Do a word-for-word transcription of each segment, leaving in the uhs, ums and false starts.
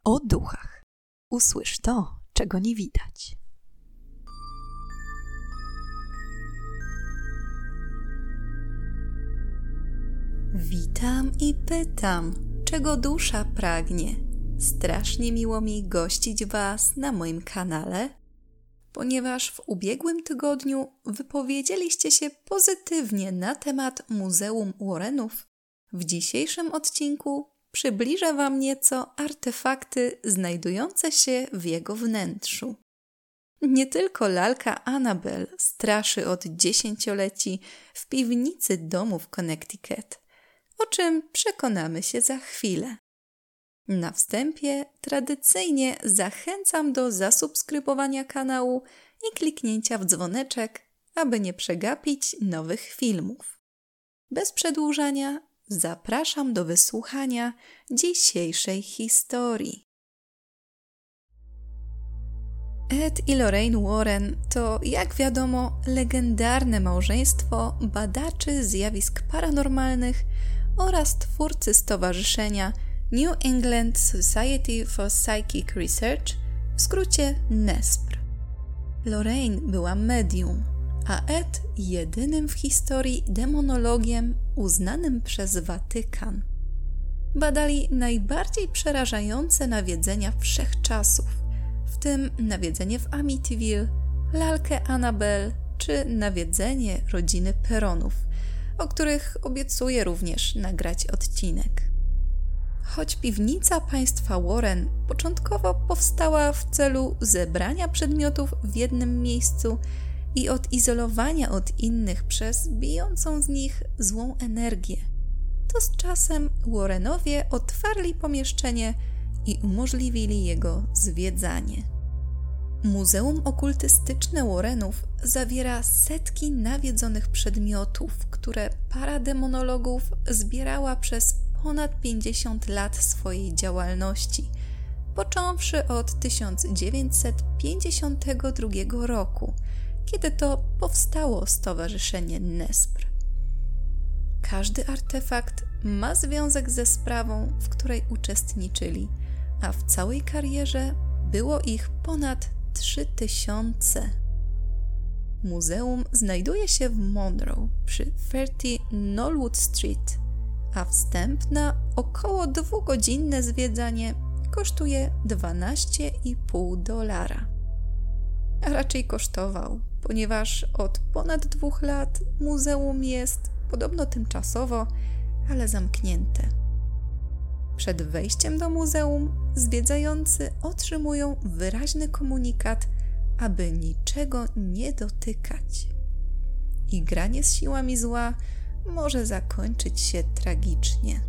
O duchach. Usłysz to, czego nie widać. Witam i pytam, czego dusza pragnie. Strasznie miło mi gościć Was na moim kanale, ponieważ w ubiegłym tygodniu wypowiedzieliście się pozytywnie na temat Muzeum Warrenów. W dzisiejszym odcinku przybliżę Wam nieco artefakty znajdujące się w jego wnętrzu. Nie tylko lalka Annabelle straszy od dziesięcioleci w piwnicy domu w Connecticut, o czym przekonamy się za chwilę. Na wstępie tradycyjnie zachęcam do zasubskrybowania kanału i kliknięcia w dzwoneczek, aby nie przegapić nowych filmów. Bez przedłużania zapraszam do wysłuchania dzisiejszej historii. Ed i Lorraine Warren to, jak wiadomo, legendarne małżeństwo badaczy zjawisk paranormalnych oraz twórcy stowarzyszenia New England Society for Psychic Research, w skrócie N E S P R. Lorraine była medium, a Ed jedynym w historii demonologiem uznanym przez Watykan. Badali najbardziej przerażające nawiedzenia wszechczasów, w tym nawiedzenie w Amityville, lalkę Annabelle czy nawiedzenie rodziny Perronów, o których obiecuję również nagrać odcinek. Choć piwnica państwa Warren początkowo powstała w celu zebrania przedmiotów w jednym miejscu i odizolowania od innych przez bijącą z nich złą energię, to z czasem Warrenowie otwarli pomieszczenie i umożliwili jego zwiedzanie. Muzeum okultystyczne Warrenów zawiera setki nawiedzonych przedmiotów, które para demonologów zbierała przez ponad pięćdziesiąt lat swojej działalności, począwszy od tysiąc dziewięćset pięćdziesiątego drugiego roku, kiedy to powstało Stowarzyszenie N E S P R. Każdy artefakt ma związek ze sprawą, w której uczestniczyli, a w całej karierze było ich ponad trzy tysiące. Muzeum znajduje się w Monroe przy trzydzieści Knollwood Street, a wstęp na około dwugodzinne zwiedzanie kosztuje dwanaście i pół dolara. A raczej kosztował, ponieważ od ponad dwóch lat muzeum jest podobno tymczasowo, ale zamknięte. Przed wejściem do muzeum zwiedzający otrzymują wyraźny komunikat, aby niczego nie dotykać. I granie z siłami zła może zakończyć się tragicznie.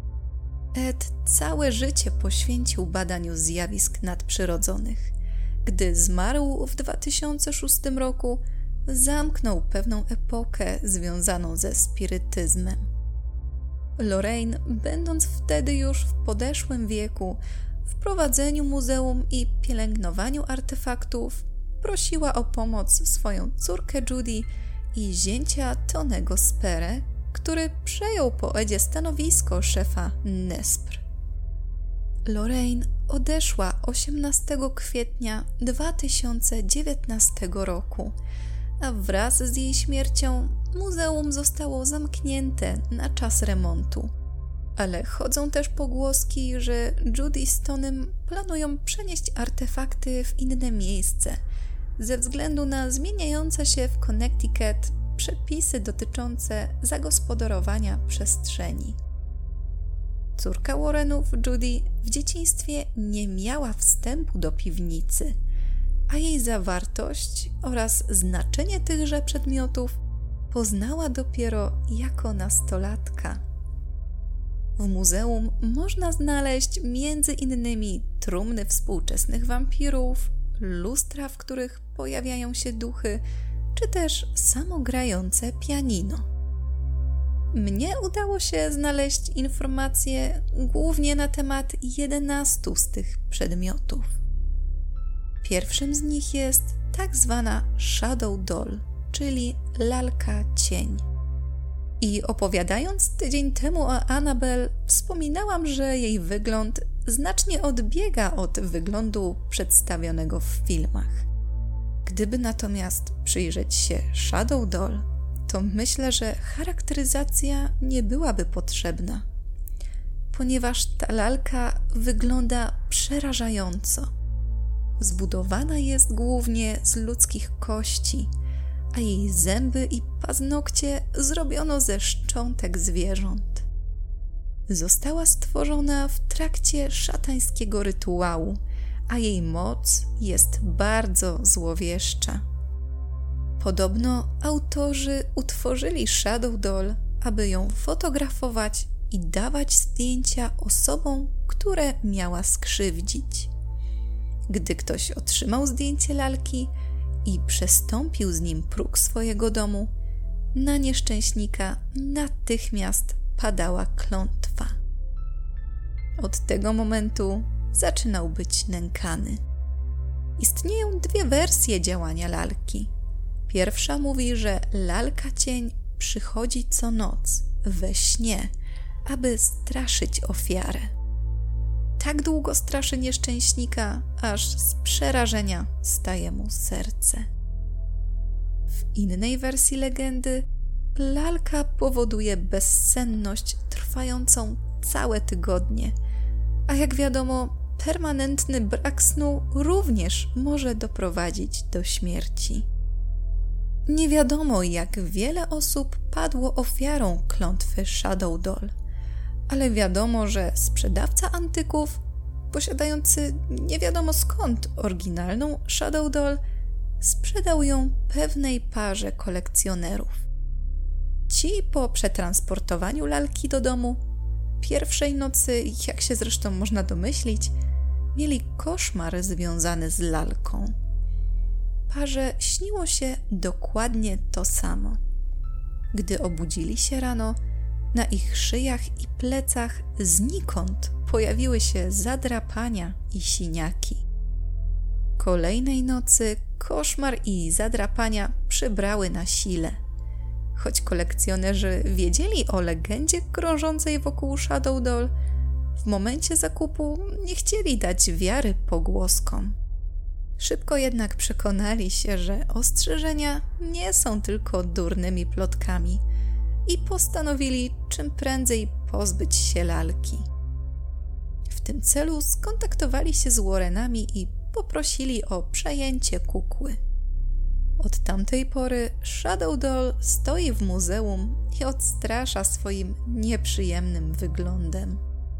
Ed całe życie poświęcił badaniu zjawisk nadprzyrodzonych. Gdy zmarł w dwa tysiące szóstym roku, zamknął pewną epokę związaną ze spirytyzmem. Lorraine, będąc wtedy już w podeszłym wieku, w prowadzeniu muzeum i pielęgnowaniu artefaktów, prosiła o pomoc swoją córkę Judy i zięcia Tonego Sperę, który przejął po Edzie stanowisko szefa N E S P R. Lorraine odeszła osiemnastego kwietnia dwa tysiące dziewiętnastego roku, a wraz z jej śmiercią muzeum zostało zamknięte na czas remontu. Ale chodzą też pogłoski, że Judy z Tonym planują przenieść artefakty w inne miejsce, ze względu na zmieniające się w Connecticut przepisy dotyczące zagospodarowania przestrzeni. Córka Warrenów, Judy, w dzieciństwie nie miała wstępu do piwnicy, a jej zawartość oraz znaczenie tychże przedmiotów poznała dopiero jako nastolatka. W muzeum można znaleźć między innymi trumny współczesnych wampirów, lustra, w których pojawiają się duchy, czy też samogrające pianino. Mnie udało się znaleźć informacje głównie na temat jedenastu z tych przedmiotów. Pierwszym z nich jest tak zwana Shadow Doll, czyli lalka cień. I opowiadając tydzień temu o Annabelle, wspominałam, że jej wygląd znacznie odbiega od wyglądu przedstawionego w filmach. Gdyby natomiast przyjrzeć się Shadow Doll, to myślę, że charakteryzacja nie byłaby potrzebna, ponieważ ta lalka wygląda przerażająco. Zbudowana jest głównie z ludzkich kości, a jej zęby i paznokcie zrobiono ze szczątek zwierząt. Została stworzona w trakcie szatańskiego rytuału, a jej moc jest bardzo złowieszcza. Podobno autorzy utworzyli Shadow Doll, aby ją fotografować i dawać zdjęcia osobom, które miała skrzywdzić. Gdy ktoś otrzymał zdjęcie lalki i przestąpił z nim próg swojego domu, na nieszczęśnika natychmiast padała klątwa. Od tego momentu zaczynał być nękany. Istnieją dwie wersje działania lalki. Pierwsza mówi, że lalka cień przychodzi co noc we śnie, aby straszyć ofiarę. Tak długo straszy nieszczęśnika, aż z przerażenia staje mu serce. W innej wersji legendy lalka powoduje bezsenność trwającą całe tygodnie, a jak wiadomo, permanentny brak snu również może doprowadzić do śmierci. Nie wiadomo, jak wiele osób padło ofiarą klątwy Shadow Doll, ale wiadomo, że sprzedawca antyków, posiadający nie wiadomo skąd oryginalną Shadow Doll, sprzedał ją pewnej parze kolekcjonerów. Ci po przetransportowaniu lalki do domu pierwszej nocy, jak się zresztą można domyślić, mieli koszmar związany z lalką. Parze śniło się dokładnie to samo. Gdy obudzili się rano, na ich szyjach i plecach znikąd pojawiły się zadrapania i siniaki. Kolejnej nocy koszmar i zadrapania przybrały na sile. Choć kolekcjonerzy wiedzieli o legendzie krążącej wokół Shadow Doll, w momencie zakupu nie chcieli dać wiary pogłoskom. Szybko jednak przekonali się, że ostrzeżenia nie są tylko durnymi plotkami i postanowili czym prędzej pozbyć się lalki. W tym celu skontaktowali się z Warrenami i poprosili o przejęcie kukły. Od tamtej pory Shadow Doll stoi w muzeum i odstrasza swoim nieprzyjemnym wyglądem.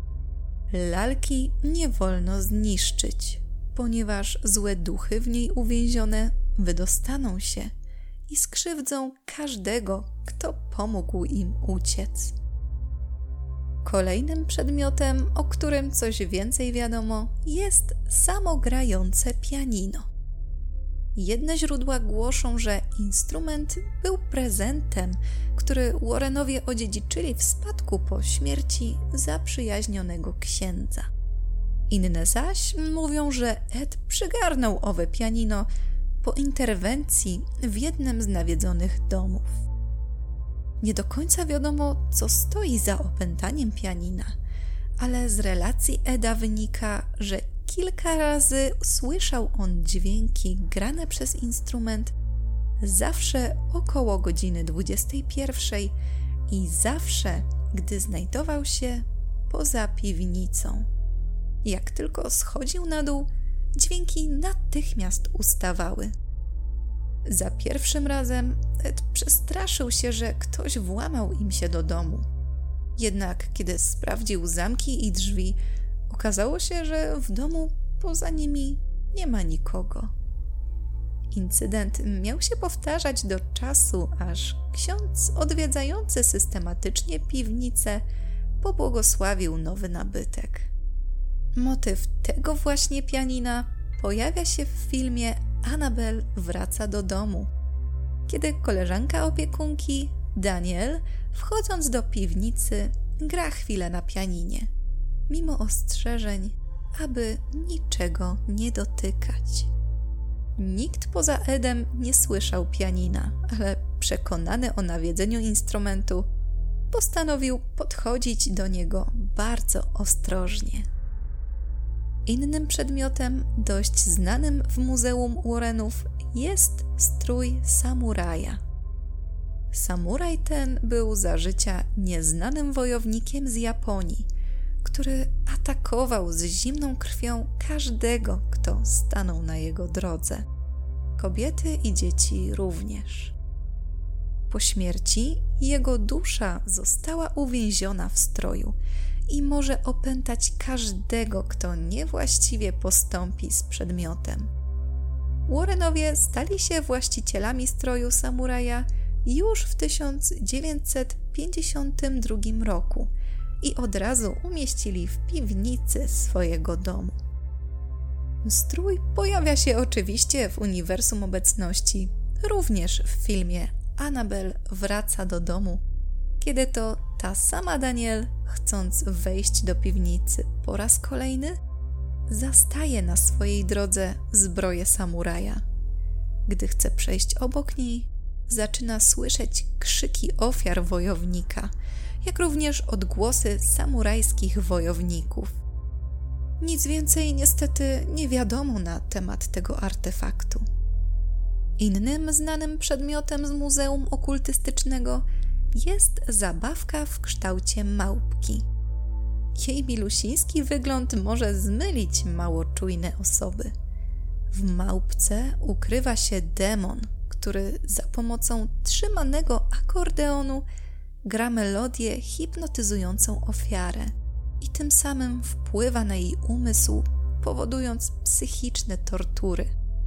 Lalki nie wolno zniszczyć, ponieważ złe duchy w niej uwięzione wydostaną się i skrzywdzą każdego, kto pomógł im uciec. Kolejnym przedmiotem, o którym coś więcej wiadomo, jest samo grające pianino. Jedne źródła głoszą, że instrument był prezentem, który Warrenowie odziedziczyli w spadku po śmierci zaprzyjaźnionego księdza. Inne zaś mówią, że Ed przygarnął owe pianino po interwencji w jednym z nawiedzonych domów. Nie do końca wiadomo, co stoi za opętaniem pianina, ale z relacji Eda wynika, że kilka razy słyszał on dźwięki grane przez instrument zawsze około godziny dwudziestej pierwszej i zawsze, gdy znajdował się poza piwnicą. Jak tylko schodził na dół, dźwięki natychmiast ustawały. Za pierwszym razem Ed przestraszył się, że ktoś włamał im się do domu. Jednak kiedy sprawdził zamki i drzwi, okazało się, że w domu poza nimi nie ma nikogo. Incydent miał się powtarzać do czasu, aż ksiądz odwiedzający systematycznie piwnicę pobłogosławił nowy nabytek. Motyw tego właśnie pianina pojawia się w filmie Annabelle wraca do domu, kiedy koleżanka opiekunki, Daniel, wchodząc do piwnicy, gra chwilę na pianinie, mimo ostrzeżeń, aby niczego nie dotykać. Nikt poza Edem nie słyszał pianina, ale przekonany o nawiedzeniu instrumentu, postanowił podchodzić do niego bardzo ostrożnie. Innym przedmiotem, dość znanym w Muzeum Warrenów, jest strój samuraja. Samuraj ten był za życia nieznanym wojownikiem z Japonii, który atakował z zimną krwią każdego, kto stanął na jego drodze. Kobiety i dzieci również. Po śmierci jego dusza została uwięziona w stroju i może opętać każdego, kto niewłaściwie postąpi z przedmiotem. Warrenowie stali się właścicielami stroju samuraja już w tysiąc dziewięćset pięćdziesiątym drugim roku i od razu umieścili w piwnicy swojego domu. Strój pojawia się oczywiście w uniwersum obecności, również w filmie Annabelle wraca do domu, kiedy to ta sama Danielle, chcąc wejść do piwnicy po raz kolejny, zastaje na swojej drodze zbroję samuraja. Gdy chce przejść obok niej, zaczyna słyszeć krzyki ofiar wojownika, jak również odgłosy samurajskich wojowników. Nic więcej niestety nie wiadomo na temat tego artefaktu. Innym znanym przedmiotem z Muzeum Okultystycznego jest zabawka w kształcie małpki. Jej milusiński wygląd może zmylić mało czujne osoby. W małpce ukrywa się demon, który za pomocą trzymanego akordeonu gra melodię hipnotyzującą ofiarę i tym samym wpływa na jej umysł, powodując psychiczne tortury.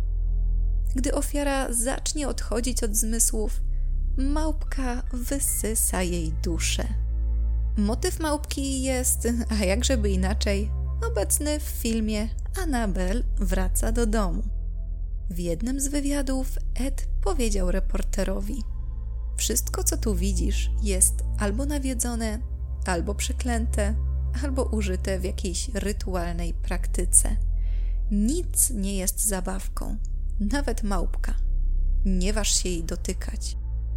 Gdy ofiara zacznie odchodzić od zmysłów, małpka wysysa jej duszę. Motyw małpki jest, a jakżeby inaczej, obecny w filmie Annabelle wraca do domu. W jednym z wywiadów Ed powiedział reporterowi: wszystko, co tu widzisz, jest albo nawiedzone, albo przeklęte, albo użyte w jakiejś rytualnej praktyce. Nic nie jest zabawką, nawet małpka. Nie waż się jej dotykać.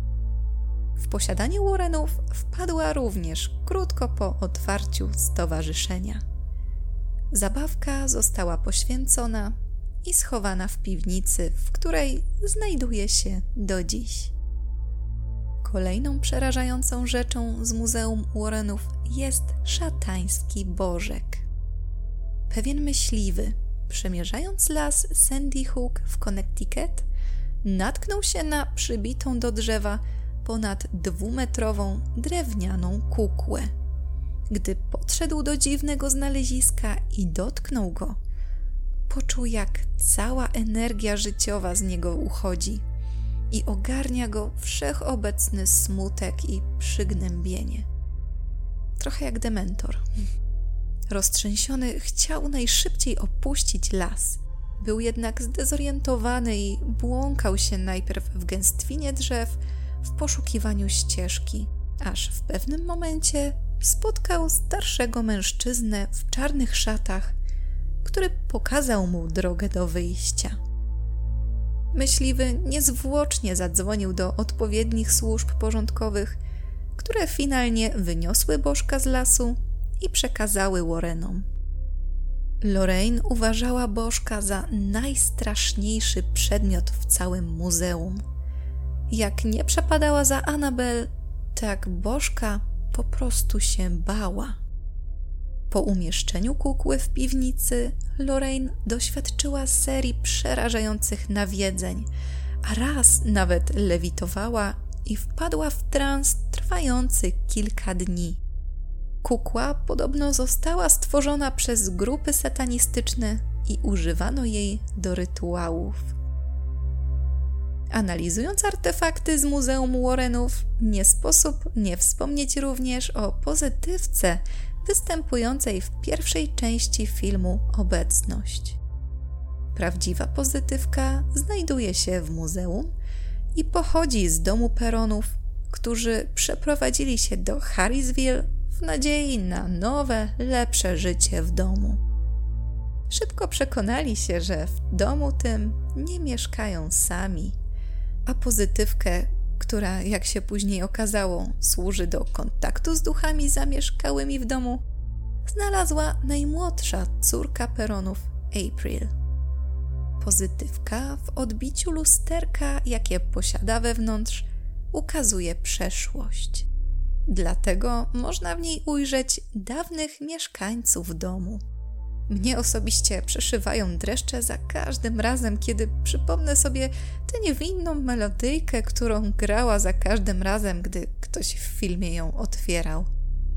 W posiadanie Warrenów wpadła również krótko po otwarciu stowarzyszenia. Zabawka została poświęcona i schowana w piwnicy, w której znajduje się do dziś. Kolejną przerażającą rzeczą z Muzeum Warrenów jest szatański bożek. Pewien myśliwy, przemierzając las Sandy Hook w Connecticut, natknął się na przybitą do drzewa ponad dwumetrową drewnianą kukłę. Gdy podszedł do dziwnego znaleziska i dotknął go, poczuł, jak cała energia życiowa z niego uchodzi i ogarnia go wszechobecny smutek i przygnębienie. Trochę jak dementor. Roztrzęsiony chciał najszybciej opuścić las. Był jednak zdezorientowany i błąkał się najpierw w gęstwinie drzew w poszukiwaniu ścieżki, aż w pewnym momencie spotkał starszego mężczyznę w czarnych szatach, który pokazał mu drogę do wyjścia. Myśliwy niezwłocznie zadzwonił do odpowiednich służb porządkowych, które finalnie wyniosły bożka z lasu i przekazały Warrenom. Lorraine uważała bożka za najstraszniejszy przedmiot w całym muzeum. Jak nie przepadała za Annabelle, tak bożka po prostu się bała. Po umieszczeniu kukły w piwnicy, Lorraine doświadczyła serii przerażających nawiedzeń, a raz nawet lewitowała i wpadła w trans trwający kilka dni. Kukła podobno została stworzona przez grupy satanistyczne i używano jej do rytuałów. Analizując artefakty z Muzeum Warrenów, nie sposób nie wspomnieć również o pozytywce występującej w pierwszej części filmu Obecność. Prawdziwa pozytywka znajduje się w muzeum i pochodzi z domu Perronów, którzy przeprowadzili się do Harrisville w nadziei na nowe, lepsze życie w domu. Szybko przekonali się, że w domu tym nie mieszkają sami, a pozytywkę, która, jak się później okazało, służy do kontaktu z duchami zamieszkałymi w domu, znalazła najmłodsza córka Peronów, April. Pozytywka w odbiciu lusterka, jakie posiada wewnątrz, ukazuje przeszłość. Dlatego można w niej ujrzeć dawnych mieszkańców domu. Mnie osobiście przeszywają dreszcze za każdym razem, kiedy przypomnę sobie tę niewinną melodyjkę, którą grała za każdym razem, gdy ktoś w filmie ją otwierał.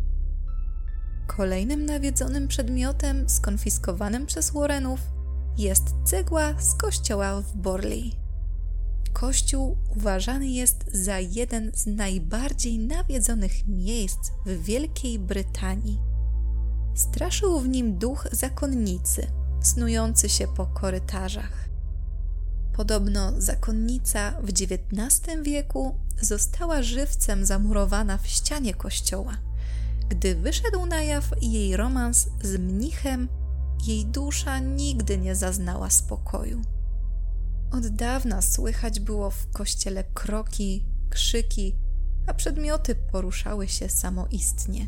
Kolejnym nawiedzonym przedmiotem skonfiskowanym przez Warrenów jest cegła z kościoła w Borley. Kościół uważany jest za jeden z najbardziej nawiedzonych miejsc w Wielkiej Brytanii. Straszył w nim duch zakonnicy, snujący się po korytarzach. Podobno zakonnica w dziewiętnastym wieku została żywcem zamurowana w ścianie kościoła. Gdy wyszedł na jaw jej romans z mnichem, jej dusza nigdy nie zaznała spokoju. Od dawna słychać było w kościele kroki, krzyki, a przedmioty poruszały się samoistnie.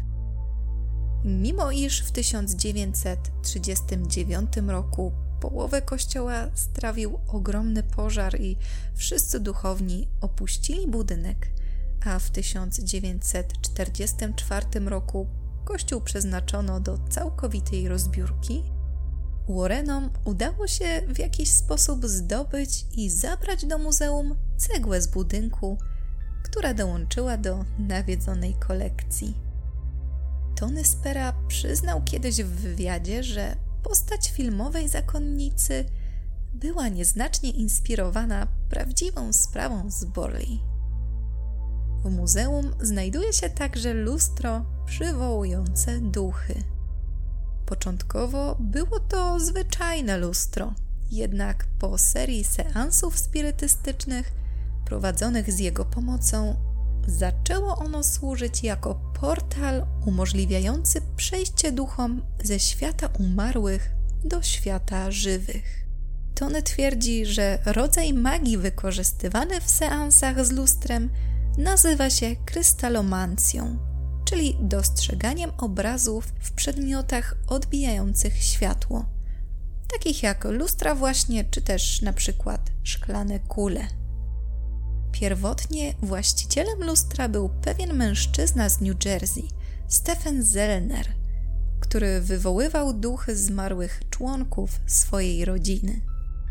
Mimo iż w tysiąc dziewięćset trzydziestym dziewiątym roku połowę kościoła strawił ogromny pożar i wszyscy duchowni opuścili budynek, a w tysiąc dziewięćset czterdziestym czwartym roku kościół przeznaczono do całkowitej rozbiórki, Warrenom udało się w jakiś sposób zdobyć i zabrać do muzeum cegłę z budynku, która dołączyła do nawiedzonej kolekcji. Tony Spera przyznał kiedyś w wywiadzie, że postać filmowej zakonnicy była nieznacznie inspirowana prawdziwą sprawą z Borley. W muzeum znajduje się także lustro przywołujące duchy. Początkowo było to zwyczajne lustro, jednak po serii seansów spirytystycznych prowadzonych z jego pomocą zaczęło ono służyć jako portal umożliwiający przejście duchom ze świata umarłych do świata żywych. Tony twierdzi, że rodzaj magii wykorzystywany w seansach z lustrem nazywa się krystalomancją, czyli dostrzeganiem obrazów w przedmiotach odbijających światło, takich jak lustra właśnie, czy też na przykład szklane kule. Pierwotnie właścicielem lustra był pewien mężczyzna z New Jersey, Stephen Zellner, który wywoływał duchy zmarłych członków swojej rodziny.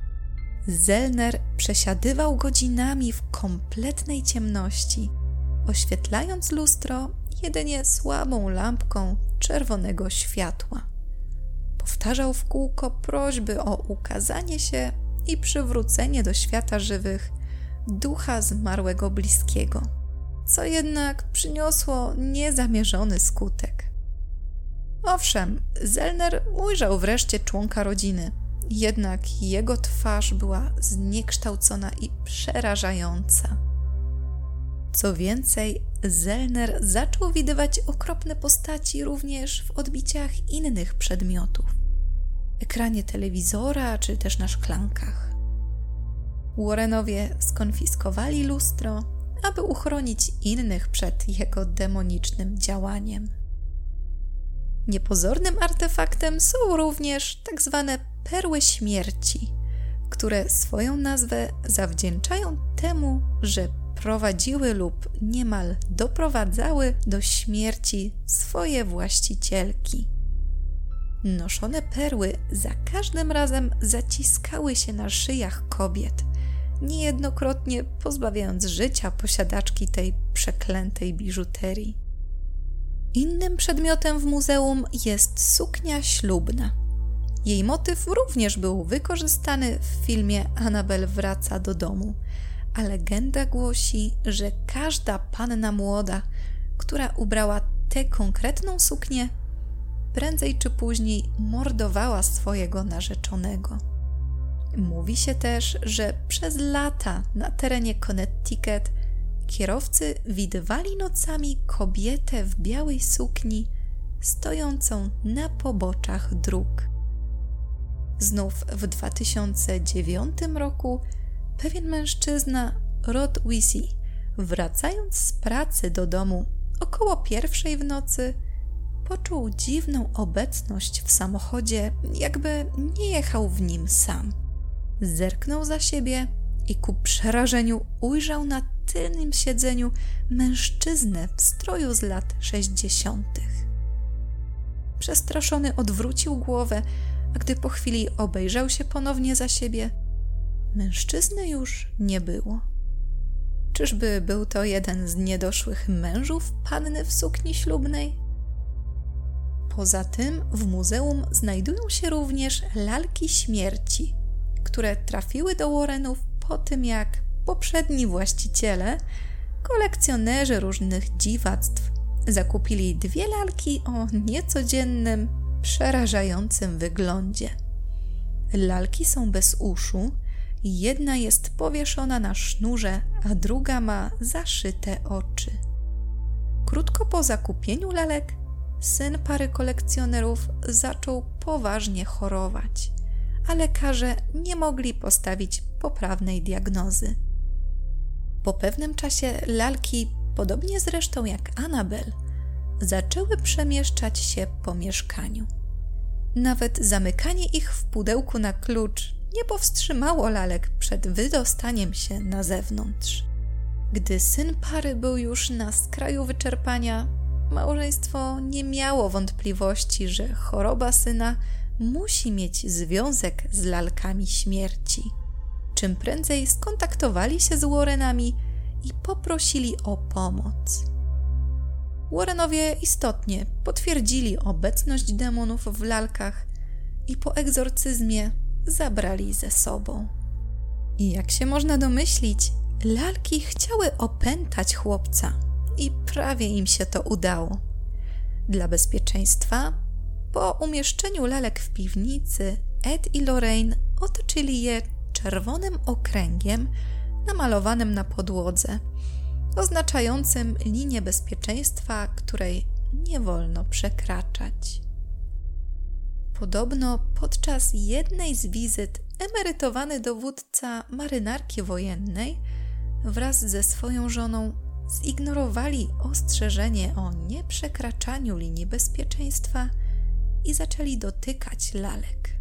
Zellner przesiadywał godzinami w kompletnej ciemności, oświetlając lustro jedynie słabą lampką czerwonego światła. Powtarzał w kółko prośby o ukazanie się i przywrócenie do świata żywych ducha zmarłego bliskiego, co jednak przyniosło niezamierzony skutek. Owszem, Zellner ujrzał wreszcie członka rodziny, jednak jego twarz była zniekształcona i przerażająca. Co więcej, Zellner zaczął widywać okropne postaci również w odbiciach innych przedmiotów, ekranie telewizora czy też na szklankach. Warrenowie skonfiskowali lustro, aby uchronić innych przed jego demonicznym działaniem. Niepozornym artefaktem są również tak zwane perły śmierci, które swoją nazwę zawdzięczają temu, że prowadziły lub niemal doprowadzały do śmierci swoje właścicielki. Noszone perły za każdym razem zaciskały się na szyjach kobiet, niejednokrotnie pozbawiając życia posiadaczki tej przeklętej biżuterii. Innym przedmiotem w muzeum jest suknia ślubna. Jej motyw również był wykorzystany w filmie Annabelle wraca do domu, a legenda głosi, że każda panna młoda, która ubrała tę konkretną suknię, prędzej czy później mordowała swojego narzeczonego. Mówi się też, że przez lata na terenie Connecticut kierowcy widywali nocami kobietę w białej sukni stojącą na poboczach dróg. Znów w dwa tysiące dziewiątym roku pewien mężczyzna, Rod Weesey, wracając z pracy do domu około pierwszej w nocy, poczuł dziwną obecność w samochodzie, jakby nie jechał w nim sam. Zerknął za siebie i ku przerażeniu ujrzał na tylnym siedzeniu mężczyznę w stroju z lat sześćdziesiątych. Przestraszony odwrócił głowę, a gdy po chwili obejrzał się ponownie za siebie, mężczyzny już nie było. Czyżby był to jeden z niedoszłych mężów panny w sukni ślubnej? Poza tym w muzeum znajdują się również lalki śmierci, które trafiły do Warrenów po tym, jak poprzedni właściciele, kolekcjonerzy różnych dziwactw, zakupili dwie lalki o niecodziennym, przerażającym wyglądzie. Lalki są bez uszu, jedna jest powieszona na sznurze, a druga ma zaszyte oczy. Krótko po zakupieniu lalek syn pary kolekcjonerów zaczął poważnie chorować, a lekarze nie mogli postawić poprawnej diagnozy. Po pewnym czasie lalki, podobnie zresztą jak Annabel, zaczęły przemieszczać się po mieszkaniu. Nawet zamykanie ich w pudełku na klucz nie powstrzymało lalek przed wydostaniem się na zewnątrz. Gdy syn pary był już na skraju wyczerpania, małżeństwo nie miało wątpliwości, że choroba syna musi mieć związek z lalkami śmierci. Czym prędzej skontaktowali się z Warrenami i poprosili o pomoc. Warrenowie istotnie potwierdzili obecność demonów w lalkach i po egzorcyzmie zabrali ze sobą. I jak się można domyślić, lalki chciały opętać chłopca i prawie im się to udało. Dla bezpieczeństwa, po umieszczeniu lalek w piwnicy, Ed i Lorraine otoczyli je czerwonym okręgiem namalowanym na podłodze, oznaczającym linię bezpieczeństwa, której nie wolno przekraczać. Podobno podczas jednej z wizyt emerytowany dowódca marynarki wojennej wraz ze swoją żoną zignorowali ostrzeżenie o nieprzekraczaniu linii bezpieczeństwa i zaczęli dotykać lalek.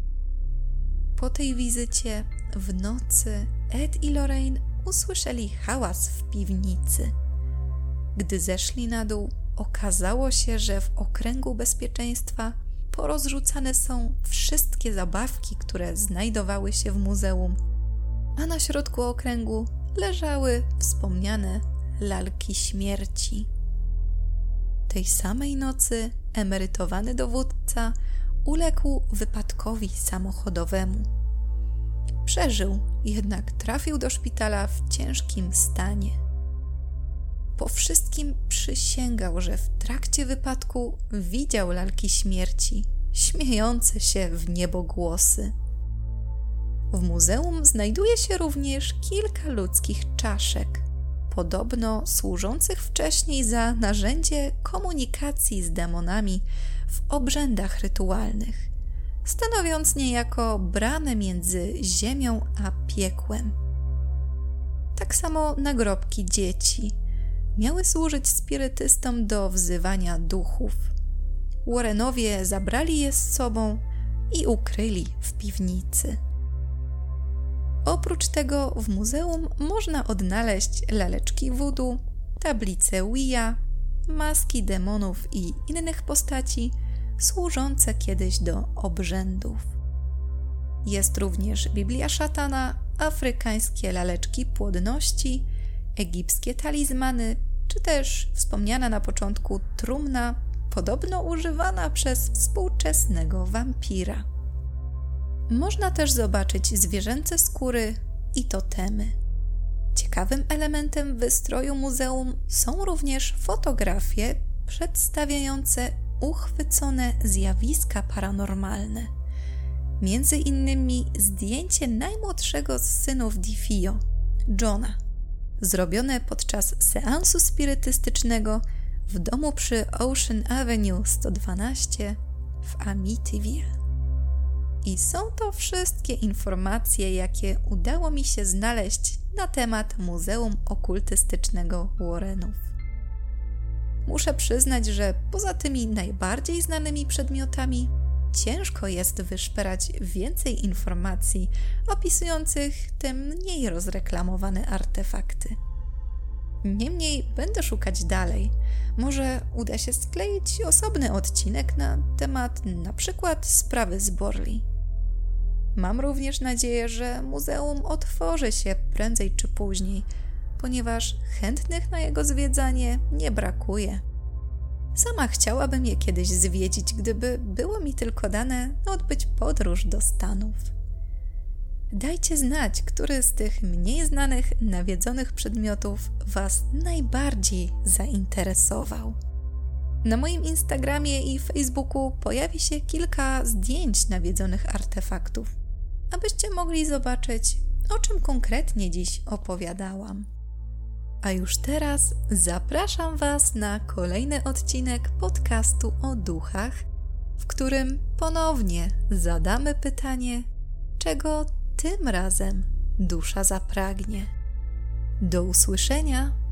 Po tej wizycie w nocy Ed i Lorraine usłyszeli hałas w piwnicy. Gdy zeszli na dół, okazało się, że w okręgu bezpieczeństwa porozrzucane są wszystkie zabawki, które znajdowały się w muzeum, a na środku okręgu leżały wspomniane lalki śmierci. Tej samej nocy emerytowany dowódca uległ wypadkowi samochodowemu. Przeżył, jednak trafił do szpitala w ciężkim stanie. Po wszystkim przysięgał, że w trakcie wypadku widział lalki śmierci, śmiejące się w niebogłosy. W muzeum znajduje się również kilka ludzkich czaszek, podobno służących wcześniej za narzędzie komunikacji z demonami w obrzędach rytualnych, stanowiąc niejako bramę między ziemią a piekłem. Tak samo nagrobki dzieci miały służyć spirytystom do wzywania duchów. Warrenowie zabrali je z sobą i ukryli w piwnicy. Oprócz tego w muzeum można odnaleźć laleczki voodoo, tablice Ouija, maski demonów i innych postaci służące kiedyś do obrzędów. Jest również Biblia szatana, afrykańskie laleczki płodności, egipskie talizmany, czy też wspomniana na początku trumna, podobno używana przez współczesnego wampira. Można też zobaczyć zwierzęce skóry i totemy. Ciekawym elementem wystroju muzeum są również fotografie przedstawiające uchwycone zjawiska paranormalne. Między innymi zdjęcie najmłodszego z synów DiFio, Johna, zrobione podczas seansu spirytystycznego w domu przy Ocean Avenue sto dwanaście w Amityville. I są to wszystkie informacje, jakie udało mi się znaleźć na temat Muzeum Okultystycznego Warrenów. Muszę przyznać, że poza tymi najbardziej znanymi przedmiotami ciężko jest wyszperać więcej informacji opisujących te mniej rozreklamowane artefakty. Niemniej będę szukać dalej. Może uda się skleić osobny odcinek na temat na przykład sprawy z Borley. Mam również nadzieję, że muzeum otworzy się prędzej czy później, ponieważ chętnych na jego zwiedzanie nie brakuje. Sama chciałabym je kiedyś zwiedzić, gdyby było mi tylko dane odbyć podróż do Stanów. Dajcie znać, który z tych mniej znanych, nawiedzonych przedmiotów Was najbardziej zainteresował. Na moim Instagramie i Facebooku pojawi się kilka zdjęć nawiedzonych artefaktów, abyście mogli zobaczyć, o czym konkretnie dziś opowiadałam. A już teraz zapraszam Was na kolejny odcinek podcastu o duchach, w którym ponownie zadamy pytanie, czego tym razem dusza zapragnie. Do usłyszenia!